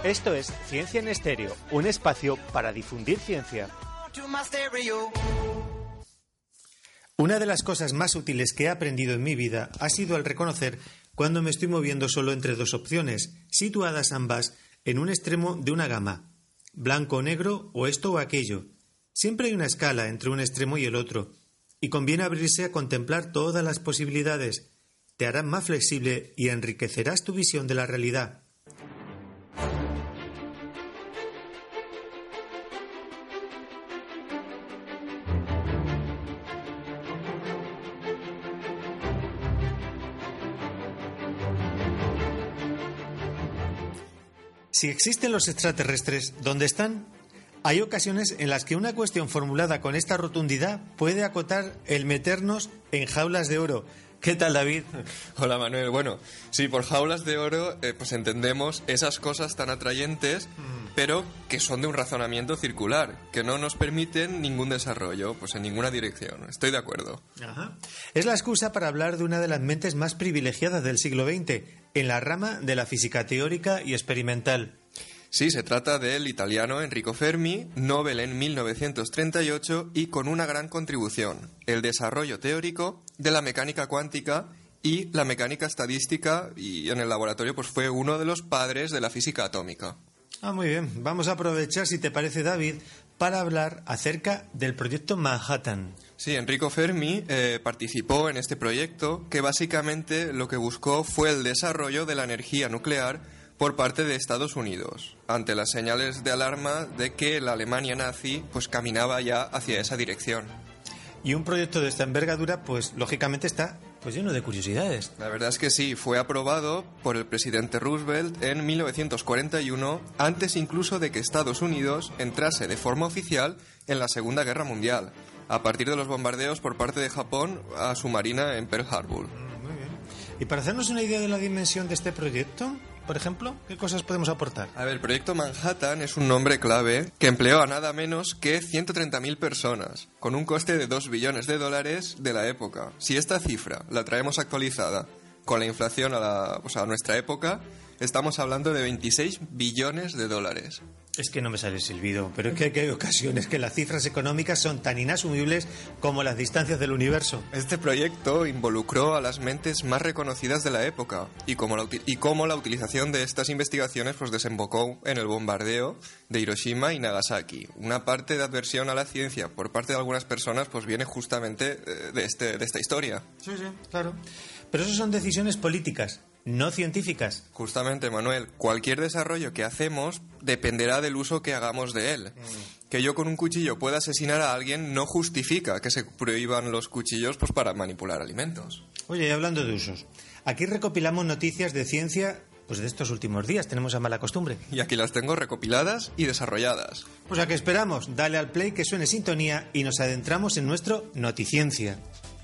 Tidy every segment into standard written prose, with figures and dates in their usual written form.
Esto es Ciencia en Estéreo, un espacio para difundir ciencia. Una de las cosas más útiles que he aprendido en mi vida ha sido el reconocer cuando me estoy moviendo solo entre dos opciones, situadas ambas en un extremo de una gama, blanco o negro o esto o aquello. Siempre hay una escala entre un extremo y el otro, y conviene abrirse a contemplar todas las posibilidades. Te harás más flexible y enriquecerás tu visión de la realidad. Si existen los extraterrestres, ¿dónde están? Hay ocasiones en las que una cuestión formulada con esta rotundidad puede acotar el meternos en jaulas de oro. ¿Qué tal, David? Hola, Manuel. Bueno, sí, por jaulas de oro pues entendemos esas cosas tan atrayentes, pero que son de un razonamiento circular, que no nos permiten ningún desarrollo, pues en ninguna dirección. Estoy de acuerdo. Ajá. Es la excusa para hablar de una de las mentes más privilegiadas del siglo XX, en la rama de la física teórica y experimental. Sí, se trata del italiano Enrico Fermi, Nobel en 1938 y con una gran contribución, el desarrollo teórico de la mecánica cuántica y la mecánica estadística, y en el laboratorio pues fue uno de los padres de la física atómica. Muy bien. Vamos a aprovechar, si te parece, David, para hablar acerca del proyecto Manhattan. Sí, Enrico Fermi participó en este proyecto que básicamente lo que buscó fue el desarrollo de la energía nuclear por parte de Estados Unidos, ante las señales de alarma de que la Alemania nazi pues caminaba ya hacia esa dirección. Y un proyecto de esta envergadura, pues lógicamente está pues lleno de curiosidades. La verdad es que sí, fue aprobado por el presidente Roosevelt en 1941, antes incluso de que Estados Unidos entrase de forma oficial en la Segunda Guerra Mundial, a partir de los bombardeos por parte de Japón a su marina en Pearl Harbor. Muy bien. Y para hacernos una idea de la dimensión de este proyecto, por ejemplo, ¿qué cosas podemos aportar? A ver, el proyecto Manhattan es un nombre clave que empleó a nada menos que 130.000 personas, con un coste de $2 billones de la época. Si esta cifra la traemos actualizada con la inflación a nuestra época, estamos hablando de 26 billones de dólares. Es que no me sale el silbido, pero es que hay ocasiones que las cifras económicas son tan inasumibles como las distancias del universo. Este proyecto involucró a las mentes más reconocidas de la época y cómo la utilización de estas investigaciones pues desembocó en el bombardeo de Hiroshima y Nagasaki. Una parte de adversión a la ciencia por parte de algunas personas pues viene justamente de esta historia. Sí, claro. Pero eso son decisiones políticas, no científicas. Justamente, Manuel, cualquier desarrollo que hacemos dependerá del uso que hagamos de él. Que yo con un cuchillo pueda asesinar a alguien no justifica que se prohíban los cuchillos pues para manipular alimentos. Oye, y hablando de usos, aquí recopilamos noticias de ciencia pues de estos últimos días, tenemos esa mala costumbre. Y aquí las tengo recopiladas y desarrolladas. Pues a qué esperamos, dale al play que suene sintonía y nos adentramos en nuestro Noticiencia.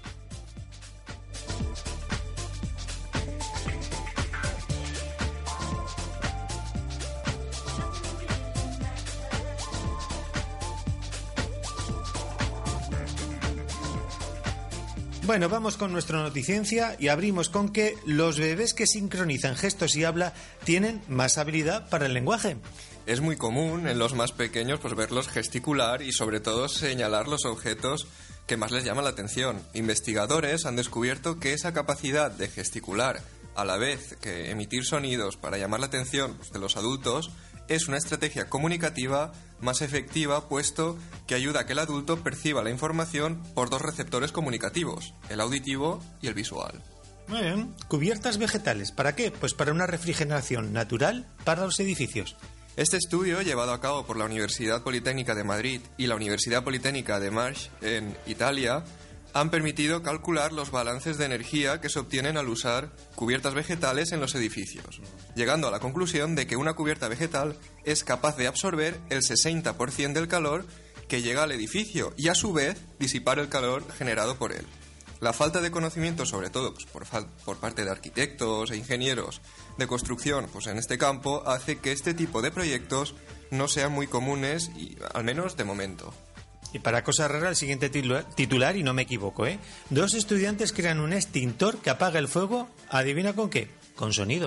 Bueno, vamos con nuestra Noticiencia y abrimos con que los bebés que sincronizan gestos y habla tienen más habilidad para el lenguaje. Es muy común en los más pequeños pues verlos gesticular y sobre todo señalar los objetos que más les llaman la atención. Investigadores han descubierto que esa capacidad de gesticular a la vez que emitir sonidos para llamar la atención pues, de los adultos es una estrategia comunicativa más efectiva, puesto que ayuda a que el adulto perciba la información por dos receptores comunicativos, el auditivo y el visual. Muy bien. Cubiertas vegetales, ¿para qué? Pues para una refrigeración natural para los edificios. Este estudio, llevado a cabo por la Universidad Politécnica de Madrid y la Universidad Politécnica de Marche en Italia, han permitido calcular los balances de energía que se obtienen al usar cubiertas vegetales en los edificios, llegando a la conclusión de que una cubierta vegetal es capaz de absorber el 60% del calor que llega al edificio y a su vez disipar el calor generado por él. La falta de conocimiento, sobre todo pues, por parte de arquitectos e ingenieros de construcción pues, en este campo, hace que este tipo de proyectos no sean muy comunes, y al menos de momento. Y para cosa rara, el siguiente titular, y no me equivoco, ¿eh? 2 estudiantes crean un extintor que apaga el fuego, ¿adivina con qué? Con sonido.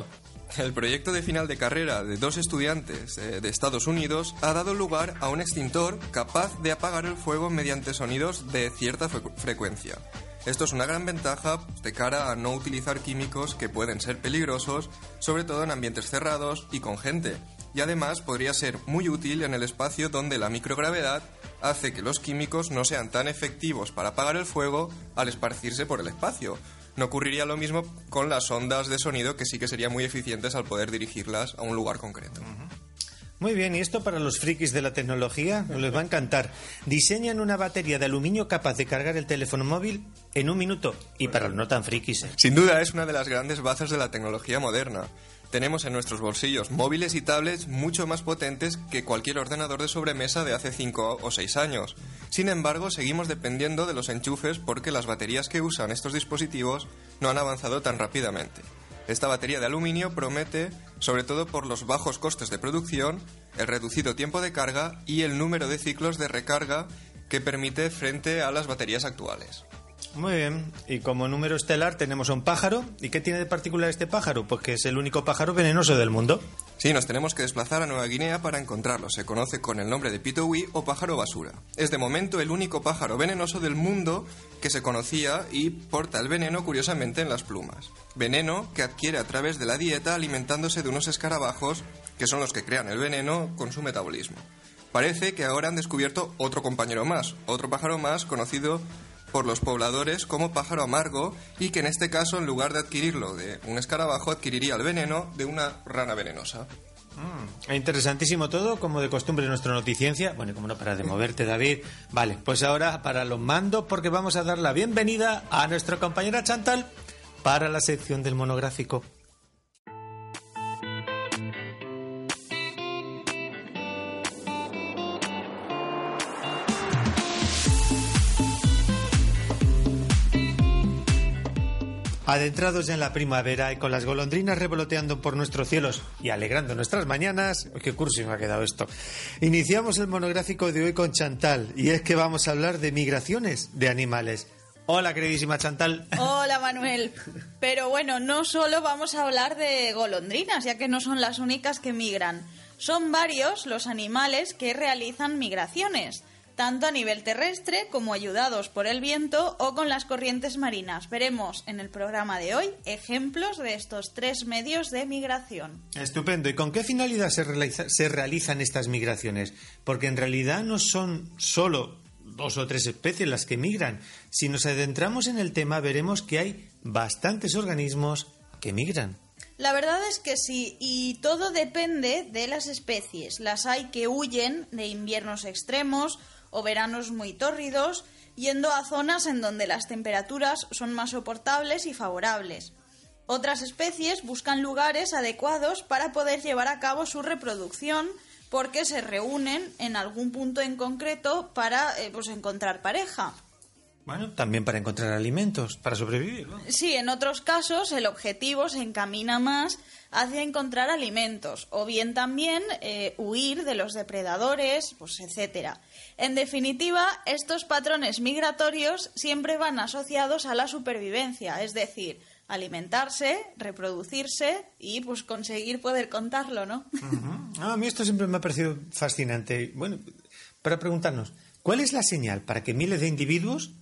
El proyecto de final de carrera de 2 estudiantes de Estados Unidos ha dado lugar a un extintor capaz de apagar el fuego mediante sonidos de cierta frecuencia. Esto es una gran ventaja de cara a no utilizar químicos que pueden ser peligrosos, sobre todo en ambientes cerrados y con gente. Y además podría ser muy útil en el espacio donde la microgravedad hace que los químicos no sean tan efectivos para apagar el fuego al esparcirse por el espacio. No ocurriría lo mismo con las ondas de sonido, que sí que serían muy eficientes al poder dirigirlas a un lugar concreto. Muy bien, y esto para los frikis de la tecnología les va a encantar. Diseñan una batería de aluminio capaz de cargar el teléfono móvil en 1 minuto. Y para los no tan frikis, Sin duda es una de las grandes bazas de la tecnología moderna. Tenemos en nuestros bolsillos móviles y tablets mucho más potentes que cualquier ordenador de sobremesa de hace 5 o 6 años. Sin embargo, seguimos dependiendo de los enchufes porque las baterías que usan estos dispositivos no han avanzado tan rápidamente. Esta batería de aluminio promete, sobre todo por los bajos costes de producción, el reducido tiempo de carga y el número de ciclos de recarga que permite frente a las baterías actuales. Muy bien, y como número estelar tenemos a un pájaro. ¿Y qué tiene de particular este pájaro? Pues que es el único pájaro venenoso del mundo. Sí, nos tenemos que desplazar a Nueva Guinea para encontrarlo. Se conoce con el nombre de pitowee o pájaro basura. Es de momento el único pájaro venenoso del mundo que se conocía y porta el veneno curiosamente en las plumas. Veneno que adquiere a través de la dieta alimentándose de unos escarabajos que son los que crean el veneno con su metabolismo. Parece que ahora han descubierto otro compañero más, otro pájaro más conocido por los pobladores como pájaro amargo, y que en este caso, en lugar de adquirirlo de un escarabajo, adquiriría el veneno de una rana venenosa. Interesantísimo todo, como de costumbre en nuestra noticiencia. Bueno, y como no paras de moverte, David. Vale, pues ahora para los mandos, porque vamos a dar la bienvenida a nuestra compañera Chantal para la sección del monográfico. Adentrados ya en la primavera y con las golondrinas revoloteando por nuestros cielos y alegrando nuestras mañanas... ¡Qué cursi me ha quedado esto! Iniciamos el monográfico de hoy con Chantal, y es que vamos a hablar de migraciones de animales. Hola, queridísima Chantal. Hola, Manuel. Pero bueno, no solo vamos a hablar de golondrinas, ya que no son las únicas que migran. Son varios los animales que realizan migraciones, tanto a nivel terrestre como ayudados por el viento o con las corrientes marinas. Veremos en el programa de hoy ejemplos de estos 3 medios de migración. Estupendo. ¿Y con qué finalidad se realizan estas migraciones? Porque en realidad no son solo 2 o 3 especies las que migran. Si nos adentramos en el tema, veremos que hay bastantes organismos que migran. La verdad es que sí, y todo depende de las especies. Las hay que huyen de inviernos extremos o veranos muy tórridos, yendo a zonas en donde las temperaturas son más soportables y favorables. Otras especies buscan lugares adecuados para poder llevar a cabo su reproducción, porque se reúnen en algún punto en concreto para encontrar pareja. Bueno, también para encontrar alimentos, para sobrevivir, ¿no? Sí, en otros casos el objetivo se encamina más hacia encontrar alimentos, o bien también huir de los depredadores, etcétera. En definitiva, estos patrones migratorios siempre van asociados a la supervivencia, es decir, alimentarse, reproducirse y conseguir poder contarlo, ¿no? Uh-huh. A mí esto siempre me ha parecido fascinante. Bueno, para preguntarnos, ¿cuál es la señal para que miles de individuos,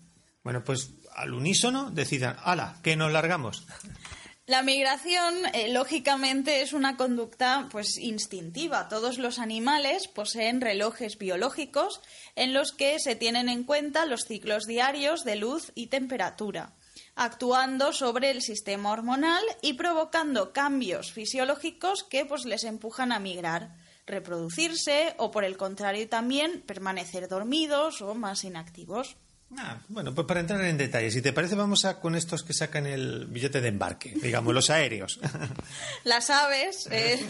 al unísono, decidan, ¡hala, que nos largamos! La migración, lógicamente, es una conducta instintiva. Todos los animales poseen relojes biológicos en los que se tienen en cuenta los ciclos diarios de luz y temperatura, actuando sobre el sistema hormonal y provocando cambios fisiológicos que les empujan a migrar, reproducirse o, por el contrario, también permanecer dormidos o más inactivos. Pues para entrar en detalle, si te parece, vamos con estos que sacan el billete de embarque, digamos, los aéreos. Las aves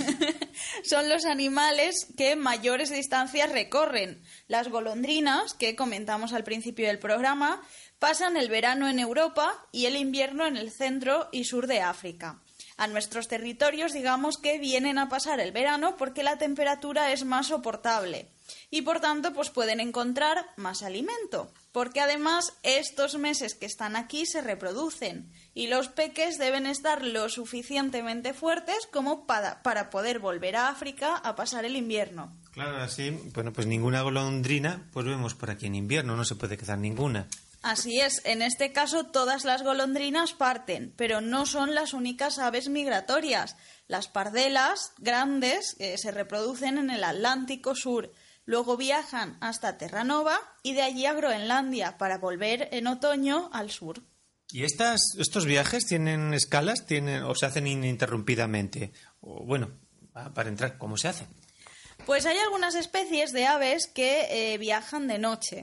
son los animales que mayores distancias recorren. Las golondrinas, que comentamos al principio del programa, pasan el verano en Europa y el invierno en el centro y sur de África. A nuestros territorios, digamos que vienen a pasar el verano porque la temperatura es más soportable. y por tanto pues pueden encontrar más alimento, porque además estos meses que están aquí se reproducen y los peques deben estar lo suficientemente fuertes como para poder volver a África a pasar el invierno. Claro, así, bueno, pues ninguna golondrina pues vemos por aquí en invierno, no se puede quedar ninguna. Así es, en este caso todas las golondrinas parten, pero no son las únicas aves migratorias. Las pardelas grandes se reproducen en el Atlántico Sur, luego viajan hasta Terranova y de allí a Groenlandia para volver en otoño al sur. ¿Y estos viajes tienen escalas o se hacen ininterrumpidamente? O bueno, para entrar, ¿cómo se hacen? Pues hay algunas especies de aves que viajan de noche.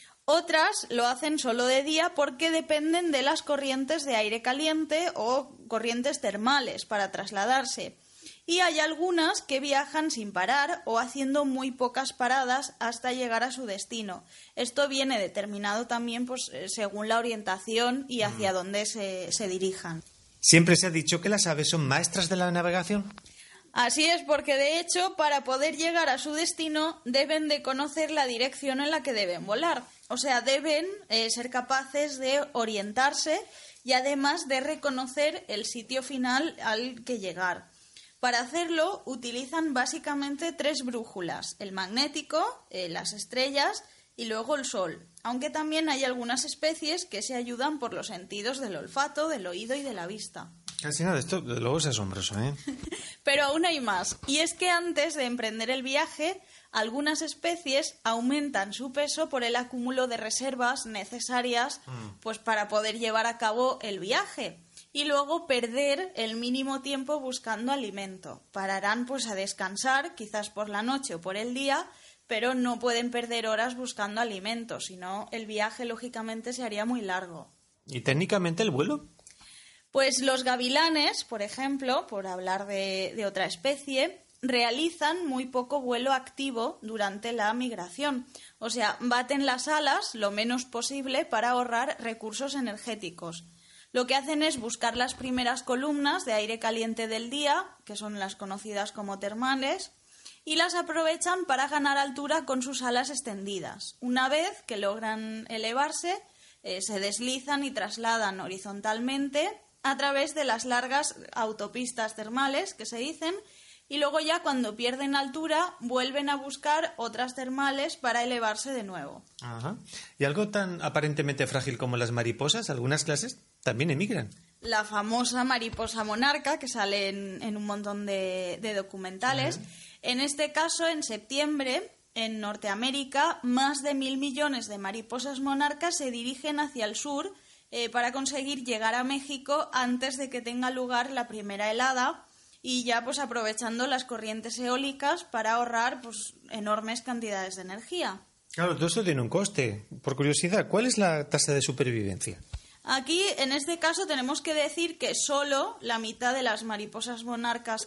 Otras lo hacen solo de día porque dependen de las corrientes de aire caliente o corrientes termales para trasladarse. Y hay algunas que viajan sin parar o haciendo muy pocas paradas hasta llegar a su destino. Esto viene determinado también pues, según la orientación y hacia dónde se dirijan. Siempre se ha dicho que las aves son maestras de la navegación. Así es, porque de hecho, para poder llegar a su destino, deben de conocer la dirección en la que deben volar. O sea, deben ser capaces de orientarse y además de reconocer el sitio final al que llegar. Para hacerlo, utilizan básicamente 3 brújulas: el magnético, las estrellas y luego el sol. Aunque también hay algunas especies que se ayudan por los sentidos del olfato, del oído y de la vista. Casi nada, esto luego es asombroso, ¿eh? Pero aún hay más. Y es que antes de emprender el viaje, algunas especies aumentan su peso por el acúmulo de reservas necesarias pues, para poder llevar a cabo el viaje. Y luego perder el mínimo tiempo buscando alimento. Pararán pues a descansar, quizás por la noche o por el día, pero no pueden perder horas buscando alimento, si no el viaje lógicamente se haría muy largo. ¿Y técnicamente el vuelo? Pues los gavilanes, por ejemplo, por hablar de otra especie, realizan muy poco vuelo activo durante la migración. O sea, baten las alas lo menos posible para ahorrar recursos energéticos. Lo que hacen es buscar las primeras columnas de aire caliente del día, que son las conocidas como termales, y las aprovechan para ganar altura con sus alas extendidas. Una vez que logran elevarse, se deslizan y trasladan horizontalmente a través de las largas autopistas termales que se dicen, y luego ya cuando pierden altura vuelven a buscar otras termales para elevarse de nuevo. Ajá. Y algo tan aparentemente frágil como las mariposas, algunas clases también emigran. La famosa mariposa monarca que sale en un montón de documentales. En este caso, en septiembre, en Norteamérica, más de 1.000 millones de mariposas monarcas se dirigen hacia el sur para conseguir llegar a México antes de que tenga lugar la primera helada y ya pues aprovechando las corrientes eólicas para ahorrar pues enormes cantidades de energía. Claro, todo esto tiene un coste. Por curiosidad, ¿cuál es la tasa de supervivencia? Aquí, en este caso, tenemos que decir que solo la mitad de las mariposas monarcas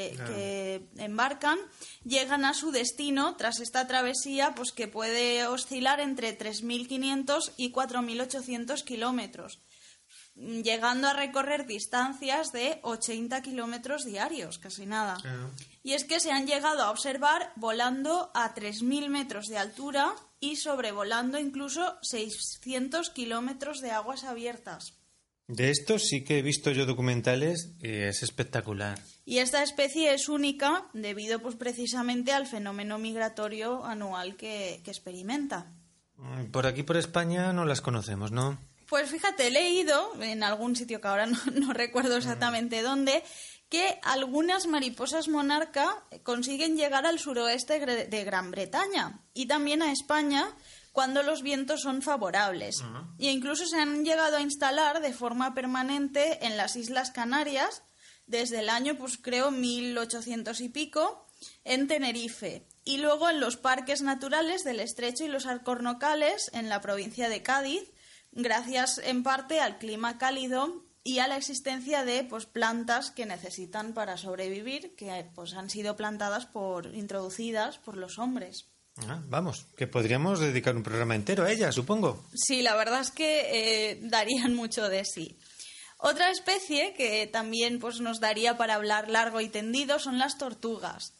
que embarcan llegan a su destino tras esta travesía, pues que puede oscilar entre 3.500 y 4.800 kilómetros, llegando a recorrer distancias de 80 kilómetros diarios, casi nada. Y es que se han llegado a observar volando a 3.000 metros de altura y sobrevolando incluso 600 kilómetros de aguas abiertas. De esto sí que he visto yo documentales y es espectacular. Y esta especie es única debido pues precisamente al fenómeno migratorio anual que experimenta. Por aquí, por España, no las conocemos, ¿no? Pues fíjate, he leído en algún sitio que ahora no recuerdo exactamente dónde, que algunas mariposas monarca consiguen llegar al suroeste de Gran Bretaña y también a España cuando los vientos son favorables. E incluso se han llegado a instalar de forma permanente en las Islas Canarias desde el año, pues creo, 1800 y pico, en Tenerife. Y luego en los parques naturales del Estrecho y los Alcornocales, en la provincia de Cádiz, gracias en parte al clima cálido y a la existencia de pues plantas que necesitan para sobrevivir, que pues han sido introducidas por los hombres. Vamos, que podríamos dedicar un programa entero a ellas, supongo. Sí, la verdad es que darían mucho de sí. Otra especie que también pues nos daría para hablar largo y tendido son las tortugas.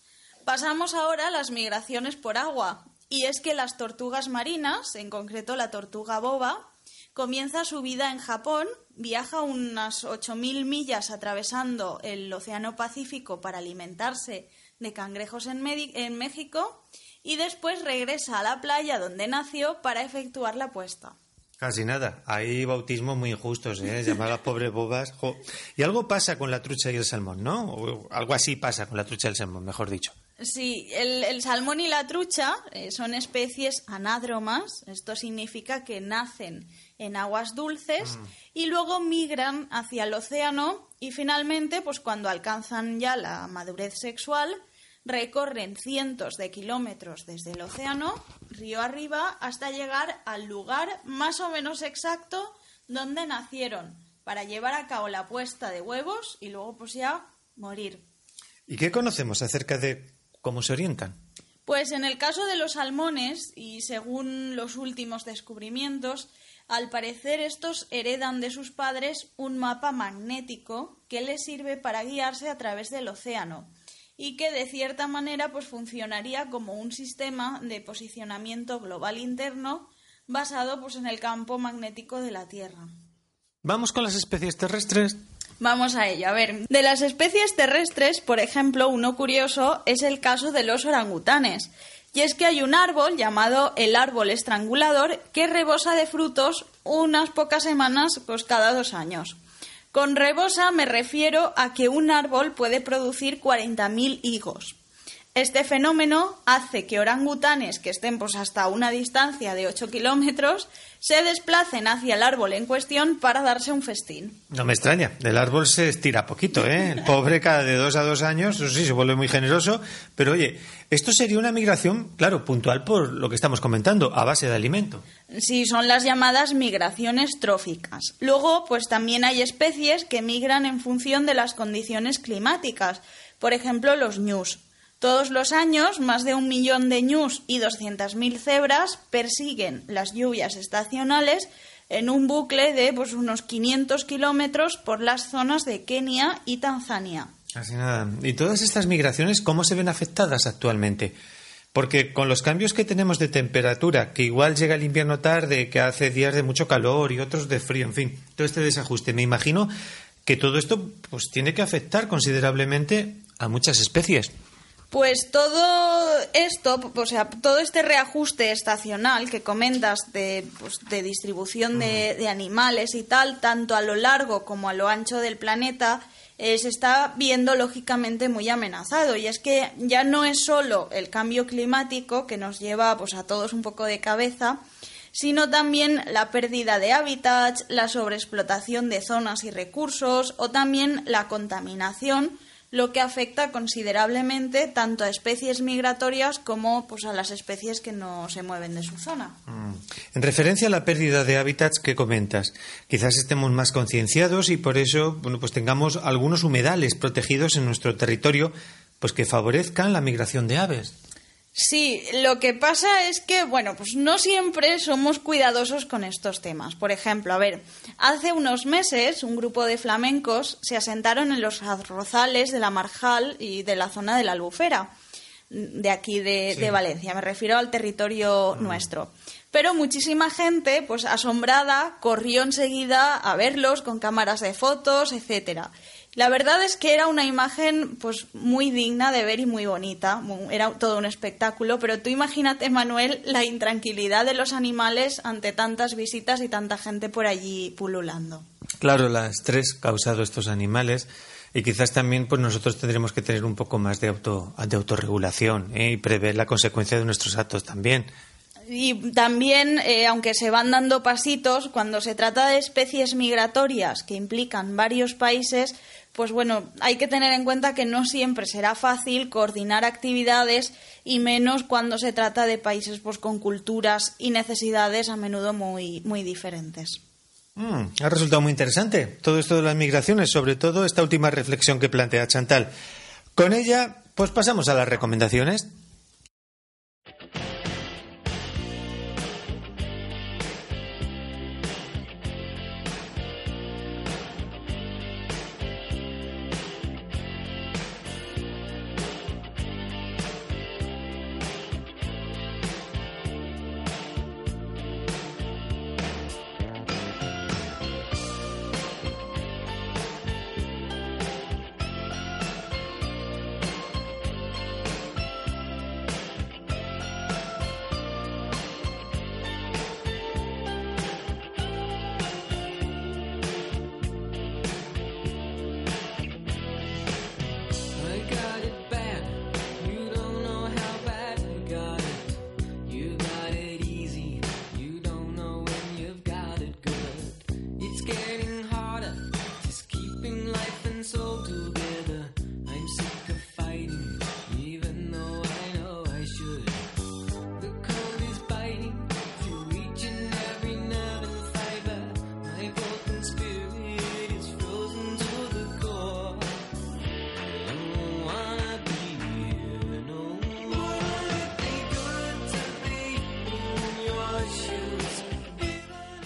Pasamos ahora a las migraciones por agua. Y es que las tortugas marinas, en concreto la tortuga boba, comienza su vida en Japón, viaja unas 8.000 millas atravesando el Océano Pacífico para alimentarse de cangrejos en México y después regresa a la playa donde nació para efectuar la puesta. Casi nada. Hay bautismos muy injustos, llamar a las pobres bobas. Jo. Y algo pasa con la trucha y el salmón, ¿no? O algo así pasa con la trucha y el salmón, mejor dicho. Sí, el salmón y la trucha son especies anádromas. Esto significa que nacen en aguas dulces y luego migran hacia el océano y finalmente, pues cuando alcanzan ya la madurez sexual, recorren cientos de kilómetros desde el océano, río arriba, hasta llegar al lugar más o menos exacto donde nacieron, para llevar a cabo la puesta de huevos y luego pues ya morir. ¿Y qué conocemos acerca de cómo se orientan? Pues en el caso de los salmones, y según los últimos descubrimientos, al parecer estos heredan de sus padres un mapa magnético que les sirve para guiarse a través del océano y que de cierta manera pues funcionaría como un sistema de posicionamiento global interno basado pues en el campo magnético de la Tierra. ¿Vamos con las especies terrestres? Vamos a ello. A ver, de las especies terrestres, por ejemplo, uno curioso es el caso de los orangutanes. Y es que hay un árbol llamado el árbol estrangulador que rebosa de frutos unas pocas semanas pues cada 2 años. Con rebosa me refiero a que un árbol puede producir 40.000 higos. Este fenómeno hace que orangutanes que estén pues hasta una distancia de 8 kilómetros se desplacen hacia el árbol en cuestión para darse un festín. No me extraña, el árbol se estira poquito, ¿eh? El pobre cada de 2 a 2 años, eso sí, se vuelve muy generoso, pero oye, esto sería una migración, claro, puntual por lo que estamos comentando, a base de alimento. Sí, son las llamadas migraciones tróficas. Luego, pues también hay especies que migran en función de las condiciones climáticas, por ejemplo, los ñus. Todos los años, más de 1 millón de ñus y 200.000 cebras persiguen las lluvias estacionales en un bucle de pues, unos 500 kilómetros por las zonas de Kenia y Tanzania. Así nada. ¿Y todas estas migraciones cómo se ven afectadas actualmente? Porque con los cambios que tenemos de temperatura, que igual llega el invierno tarde, que hace días de mucho calor y otros de frío, en fin, todo este desajuste, me imagino que todo esto pues tiene que afectar considerablemente a muchas especies. Pues todo esto, o sea, todo este reajuste estacional que comentas de distribución de animales y tal, tanto a lo largo como a lo ancho del planeta, se está viendo lógicamente muy amenazado. Y es que ya no es solo el cambio climático que nos lleva pues a todos un poco de cabeza, sino también la pérdida de hábitats, la sobreexplotación de zonas y recursos o también la contaminación, lo que afecta considerablemente tanto a especies migratorias como pues, a las especies que no se mueven de su zona. En referencia a la pérdida de hábitats que comentas, quizás estemos más concienciados y por eso pues tengamos algunos humedales protegidos en nuestro territorio pues que favorezcan la migración de aves. Sí, lo que pasa es que, pues no siempre somos cuidadosos con estos temas. Por ejemplo, a ver, hace unos meses un grupo de flamencos se asentaron en los arrozales de la Marjal y de la zona de la Albufera, de aquí de Valencia, me refiero al territorio nuestro. Pero muchísima gente, pues asombrada, corrió enseguida a verlos con cámaras de fotos, etcétera. La verdad es que era una imagen pues muy digna de ver y muy bonita, era todo un espectáculo, pero tú imagínate, Manuel, la intranquilidad de los animales ante tantas visitas y tanta gente por allí pululando. Claro, el estrés causado a estos animales y quizás también pues nosotros tendremos que tener un poco más de autorregulación y prever la consecuencia de nuestros actos también. Y también, aunque se van dando pasitos, cuando se trata de especies migratorias que implican varios países, pues hay que tener en cuenta que no siempre será fácil coordinar actividades y menos cuando se trata de países pues con culturas y necesidades a menudo muy, muy diferentes. Ha resultado muy interesante todo esto de las migraciones, sobre todo esta última reflexión que plantea Chantal. Con ella, pues pasamos a las recomendaciones.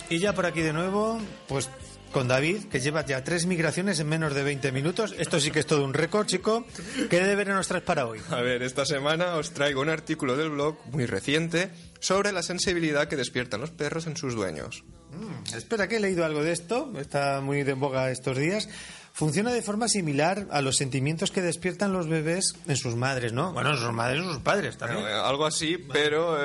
Y ya por aquí de nuevo, pues con David, que lleva ya 3 migraciones en menos de 20 minutos. Esto sí que es todo un récord, chico. ¿Qué deberes nos traes para hoy? A ver, esta semana os traigo un artículo del blog muy reciente sobre la sensibilidad que despiertan los perros en sus dueños. Espera, que he leído algo de esto. Está muy de boga estos días. Funciona de forma similar a los sentimientos que despiertan los bebés en sus madres, ¿no? Bueno, en sus madres o sus padres también. Algo así, pero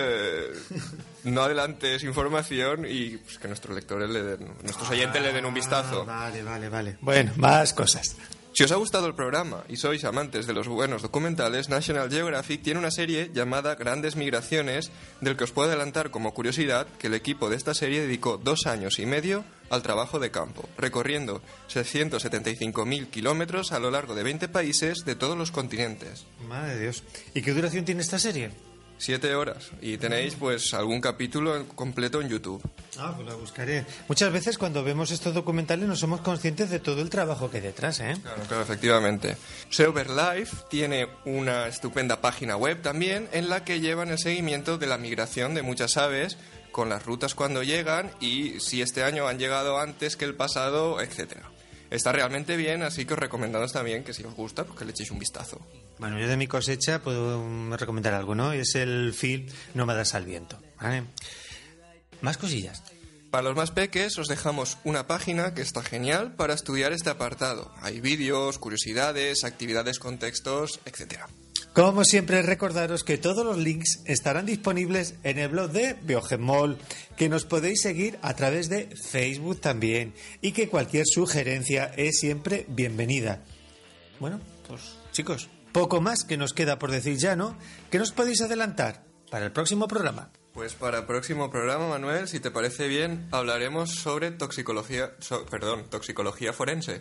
no adelantes información y pues, que nuestros lectores nuestros oyentes le den un vistazo. Vale. Bueno, más cosas. Si os ha gustado el programa y sois amantes de los buenos documentales, National Geographic tiene una serie llamada Grandes Migraciones, del que os puedo adelantar como curiosidad que el equipo de esta serie dedicó 2 años y medio al trabajo de campo, recorriendo 675.000 kilómetros a lo largo de 20 países de todos los continentes. Madre de Dios. ¿Y qué duración tiene esta serie? 7 horas. Y tenéis pues algún capítulo completo en YouTube. Pues la buscaré. Muchas veces cuando vemos estos documentales no somos conscientes de todo el trabajo que hay detrás, ¿eh? Claro, efectivamente. Sober Life tiene una estupenda página web también en la que llevan el seguimiento de la migración de muchas aves, con las rutas cuando llegan y si este año han llegado antes que el pasado, etcétera. Está realmente bien, así que os recomendamos también que si os gusta, pues que le echéis un vistazo. Bueno, yo de mi cosecha puedo recomendar algo, ¿no? Es el film Nómadas al viento, ¿vale? Más cosillas. Para los más peques os dejamos una página que está genial para estudiar este apartado. Hay vídeos, curiosidades, actividades con textos, etcétera. Como siempre, recordaros que todos los links estarán disponibles en el blog de Biogemol, que nos podéis seguir a través de Facebook también, y que cualquier sugerencia es siempre bienvenida. Bueno, pues chicos, poco más que nos queda por decir ya, ¿no? ¿Qué nos podéis adelantar para el próximo programa? Pues para el próximo programa, Manuel, si te parece bien, hablaremos sobre toxicología forense.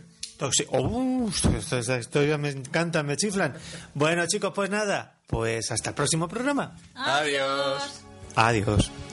Esto ya me encanta, me chiflan. Bueno, chicos, pues nada, pues hasta el próximo programa. Adiós. Adiós.